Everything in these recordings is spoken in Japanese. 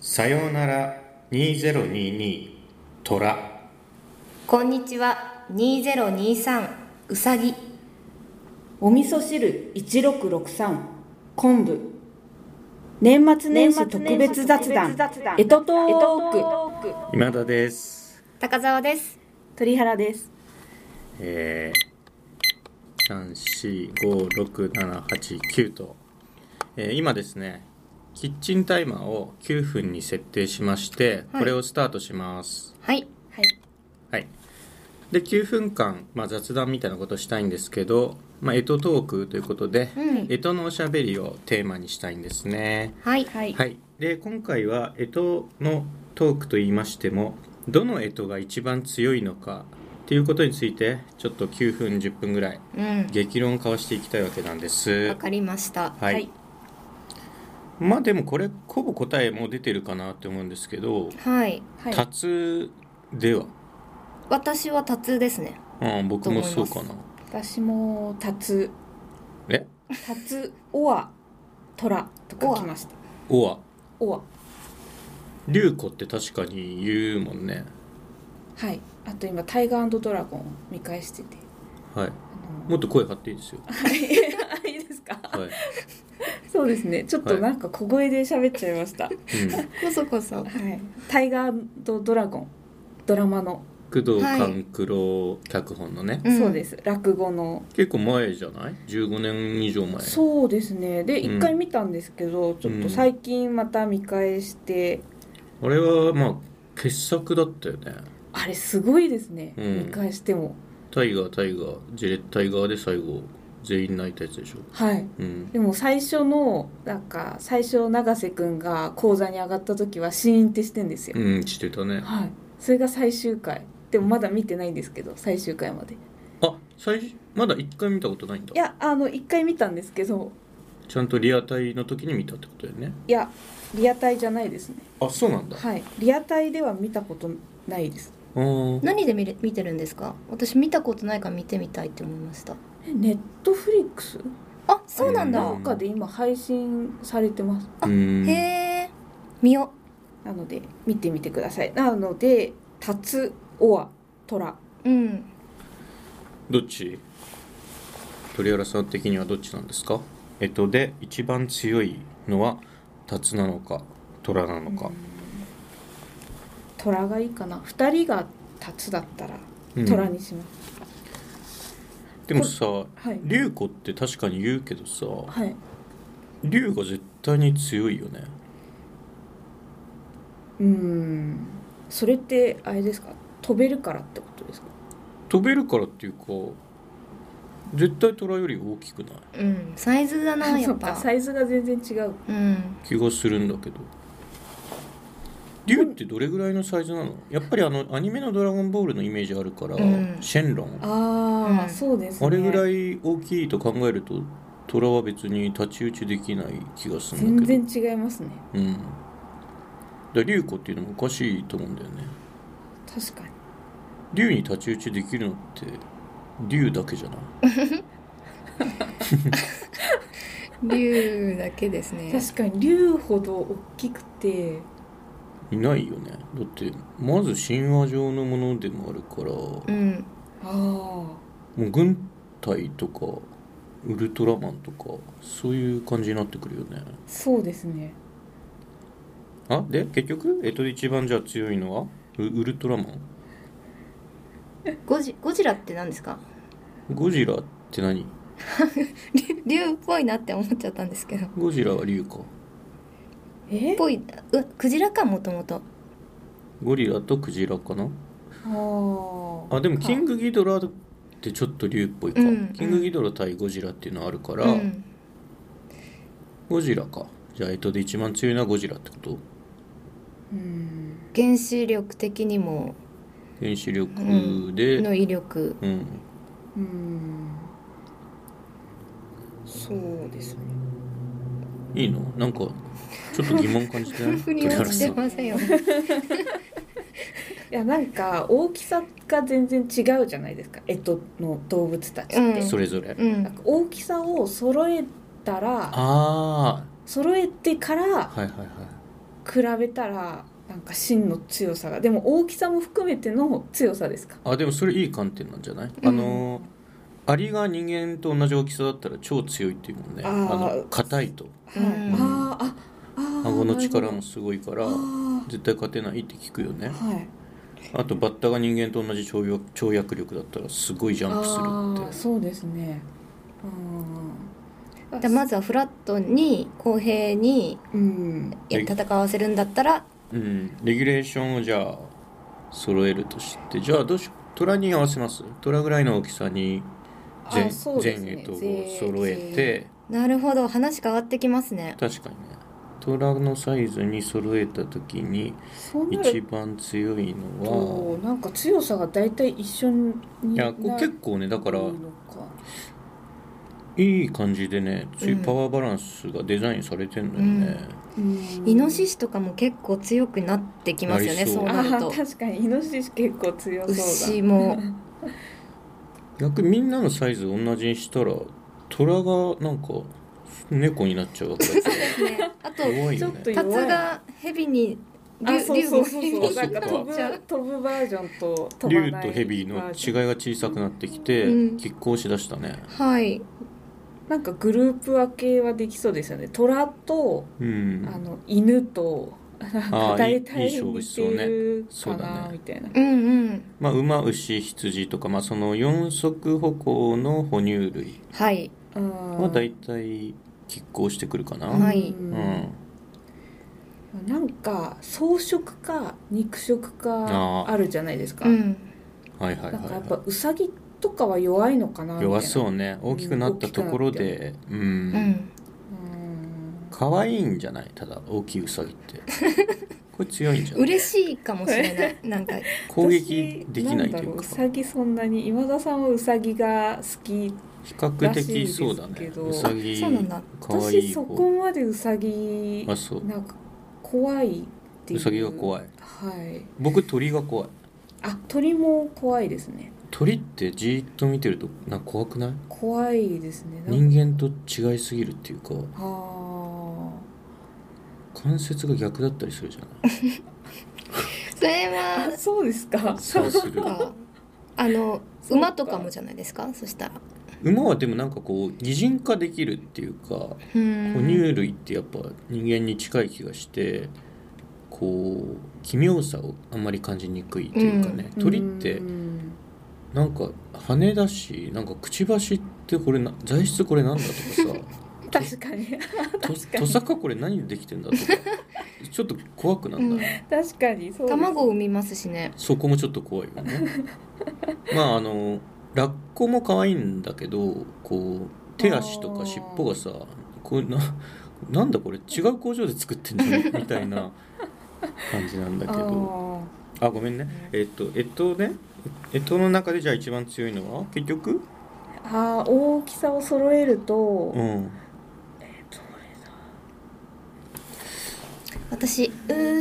さようなら2022トラ。 こんにちは2023うさぎ。 お味噌汁1663昆布。年末年始特別雑談エトトーク。 今田です。 高澤です。 鳥原です。 3456789と、今ですねキッチンタイマーを9分に設定しまして、 はい、 これをスタートします。 はいはい。で9分間、雑談みたいなことをしたいんですけど、エトトークということで、エトのおしゃべりをテーマにしたいんですね。 はいで今回はエトのトークと言いましても、どのエトが一番強いのかっていうことについてちょっと9分10分ぐらい激論を交わしていきたいわけなんです。 わかりました。 はい、でもこれほぼ答えも出てるかなって思うんですけど、タツでは私はタツですね。 僕もそうかな。 私もタツ。タツオアトラと書きました。 オア竜子って確かに言うもんね。 はい。あと今タイガー&ドラゴンを見返してて、 はい、もっと声張っていいですよ。 はいいいですか。 はいそうですね、ちょっとなんか小声で喋っちゃいました、 こそこそ、 タイガー&ドラゴン、ドラマの工藤官九郎脚本のね、 そうです、落語の。 結構前じゃない？15年以上前。 そうですね。で一回見たんですけど、ちょっと最近また見返して、 あれは傑作だったよね。 あれすごいですね、見返しても。タイガージェレットタイガーで最後全員泣いたやつでしょ。 はい、でも最初永瀬くんが講座に上がった時はシーンってしてんですよ。 してたね。 はい。それが最終回でもまだ見てないんですけど、最終回まで。 まだ1回見たことないんだ。 いや1回見たんですけど、 ちゃんとリアタイの時に見たってことだよね。 いやリアタイじゃないですね。 そうなんだ。 はい、リアタイでは見たことないです。 何で見てるんですか？私見たことないから見てみたいって思いました。 ネットフリックス？ そうなんだ。 なんかで今配信されてます。 へえ、見よう。なので見てみてください。なのでタツオアトラ。 どっち？鳥原さん的にはどっちなんですか？で一番強いのはタツなのかトラなのか。 トラがいいかな。2人がタツだったらトラにします。 でもさ、竜子って確かに言うけどさ、竜が絶対に強いよね。 それってあれですか？飛べるからってことですか？ 飛べるからっていうか、絶対トラより大きくない？ サイズだな、やっぱ。 サイズが全然違う、 気がするんだけど。竜ってどれぐらいのサイズなの？やっぱりアニメのドラゴンボールのイメージあるから、シェンロン。 そうですね。 あれぐらい大きいと考えると、トラは別に太刀打ちできない気がするんだけど。 全然違いますね。 竜子っていうのもおかしいと思うんだよね。 確かに。 竜に太刀打ちできるのって竜だけじゃない？ 竜だけですね。 確かに竜ほど大きくていないよね。だってまず神話上のものでもあるから、もう軍隊とかウルトラマンとかそういう感じになってくるよね。 そうですね。 で結局で一番じゃあ強いのはウルトラマン？ ゴジラって何ですか？ ゴジラって何？ 竜っぽいなって思っちゃったんですけど。 ゴジラは竜か。 ぽい、クジラか、もともと。 ゴリラとクジラかな。でもキングギドラってちょっと竜っぽいか。キングギドラ対ゴジラっていうのあるから、ゴジラか。じゃあで一番強いのはゴジラってこと？ 原子力的にも原子力で、 の威力。 そうですね。 いいの？なんかちょっと疑問感じてない？ 腑に落ちてませんよ。 いや、なんか大きさが全然違うじゃないですか、の動物たちって、 それぞれ、 なんか大きさを揃えたら、揃えてから、 比べたらなんか芯の強さが、でも大きさも含めての強さですか？ でもそれいい観点なんじゃない？アリが人間と同じ大きさだったら超強いっていうもんね。硬いと、顎の力もすごいから絶対勝てないって聞くよね。あとバッタが人間と同じ跳躍力だったらすごいジャンプするって。 そうですね。 じゃあまずはフラットに公平に戦わせるんだったら、 レギュレーションをじゃあ揃えるとして、じゃあ虎に合わせます？虎ぐらいの大きさに全干支を揃えて。 なるほど、話変わってきますね。 確かにね。虎のサイズに揃えた時に一番強いのはなんか強さがだいたい一緒になる。 結構ね、だからいい感じでね、パワーバランスがデザインされてんのよね。 イノシシとかも結構強くなってきますよね。そうなると確かにイノシシ結構強そうだ。 牛も逆にみんなのサイズ同じにしたら虎がなんか猫になっちゃうわけだから。 そうですね。あと弱いよね。 タツが蛇に竜も蛇になんか飛ぶバージョンと飛ばない竜と蛇の違いが小さくなってきて拮抗しだしたね。 はい。 なんかグループ分けはできそうですよね。虎と、犬と大体似てるかなみたいな。 馬、牛、羊とか、その4足歩行の哺乳類は大体拮抗してくるかな。 なんか草食か肉食かあるじゃないですか。なんかやっぱウサギとかは弱いのかなみたいな。 弱そうね。大きくなったところで可愛いんじゃない？ただ大きいウサギってこれ強いんじゃない？ 嬉しいかもしれない。なんか攻撃できないというか。 ウサギそんなに、今田さんはウサギが好き比較的そうだね。ウサギ可愛い。 私そこまでウサギなんか怖いっていう。 ウサギが怖い。僕鳥が怖い。 鳥も怖いですね。 鳥ってじーっと見てるとなんか怖くない？ 怖いですね。 人間と違いすぎるっていうか、関節が逆だったりするじゃない？ それはそうですか。 そうする。 馬とかもじゃないですか。そしたら馬はでもなんかこう擬人化できるっていうか、哺乳類ってやっぱ人間に近い気がして、こう奇妙さをあんまり感じにくいというかね。鳥ってなんか羽だし、なんかくちばしってこれ材質これなんだとかさ確かにトサカこれ何でできてんだとかちょっと怖くなんだ、 確かにそうです。 卵を産みますしね。 そこもちょっと怖いよね。ラッコも可愛いんだけど、こう手足とか尻尾がさ、こうなんだこれ違う工場で作ってんじゃんみたいな感じなんだけどごめんね。干支の中でじゃあ一番強いのは結局大きさを揃えると、 私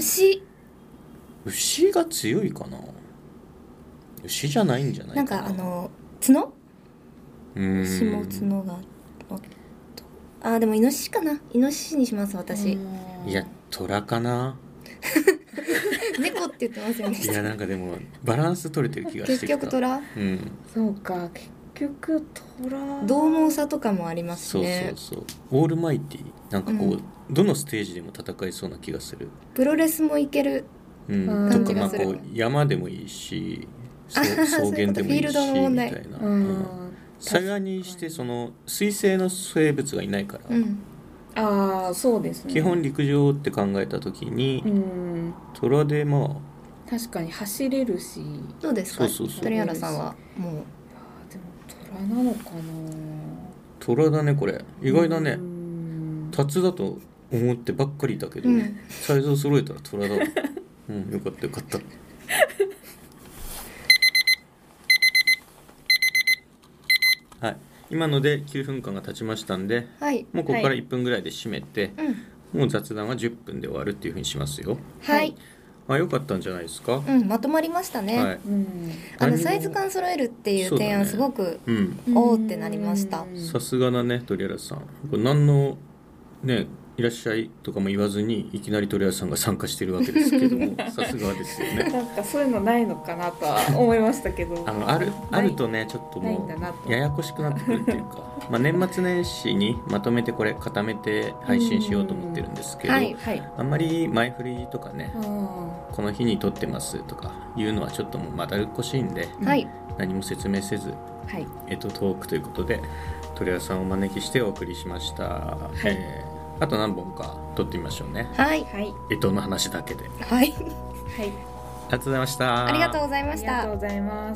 牛が強いかな。牛じゃないんじゃないかな。 なんか角？牛も角がでもイノシシかな。イノシシにします私。 いや虎かな。 猫って言ってますよね。 いやなんかでもバランス取れてる気がしてきた。 結局虎？ そうか、結局虎。 獰猛さとかもありますね。 そうオールマイティ、なんかこう、どのステージでも戦いそうな気がする。 プロレスもいける感じがする。 こう山でもいいし草原でもいいしみたいな。幸いにしてその水生の生物がいないから、 そうですね。 基本陸上って考えた時に、虎で確かに走れるし。 どうですか？鳥原さんはもう。 でも虎なのかな。 虎だねこれ。意外だね。タツだと思ってばっかりいたけど、サイズを揃えたら虎だ。よかったよかった。はい、今ので9分間が経ちましたんで、もうここから1分ぐらいで締めて、もう雑談は10分で終わるっていうふうにしますよ。よかったんじゃないですか。 まとまりましたね。サイズ感揃えるっていう提案すごくおーってなりました。 さすがだね鳥原さん。何のねいらっしゃいとかも言わずにいきなり鳥谷さんが参加してるわけですけどもさすがですよね。 なんかそういうのないのかなとは思いましたけどあるとねちょっともうややこしくなってくるっていうかまあ年末年始にまとめてこれ固めて配信しようと思ってるんですけど、はいはい、あんまり前振りとかねこの日に撮ってますとかいうのはちょっともうまだるっこしいんで、はい、何も説明せず、はい、トークということで鳥谷さんをお招きしてお送りしました、はい、あと何本か撮ってみましょうね。はい、の話だけで。はい、はい、ありがとうございました。 ありがとうございました。 ありがとうございます。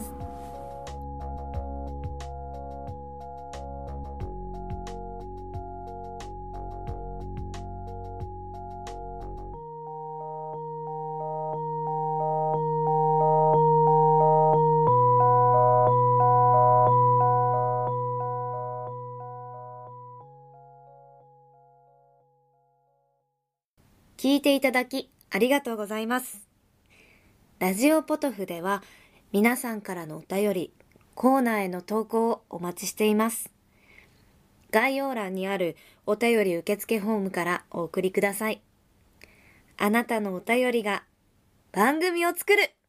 聞いていただきありがとうございます。ラジオポトフでは皆さんからのお便り、コーナーへの投稿をお待ちしています。概要欄にあるお便り受付フォームからお送りください。あなたのお便りが番組を作る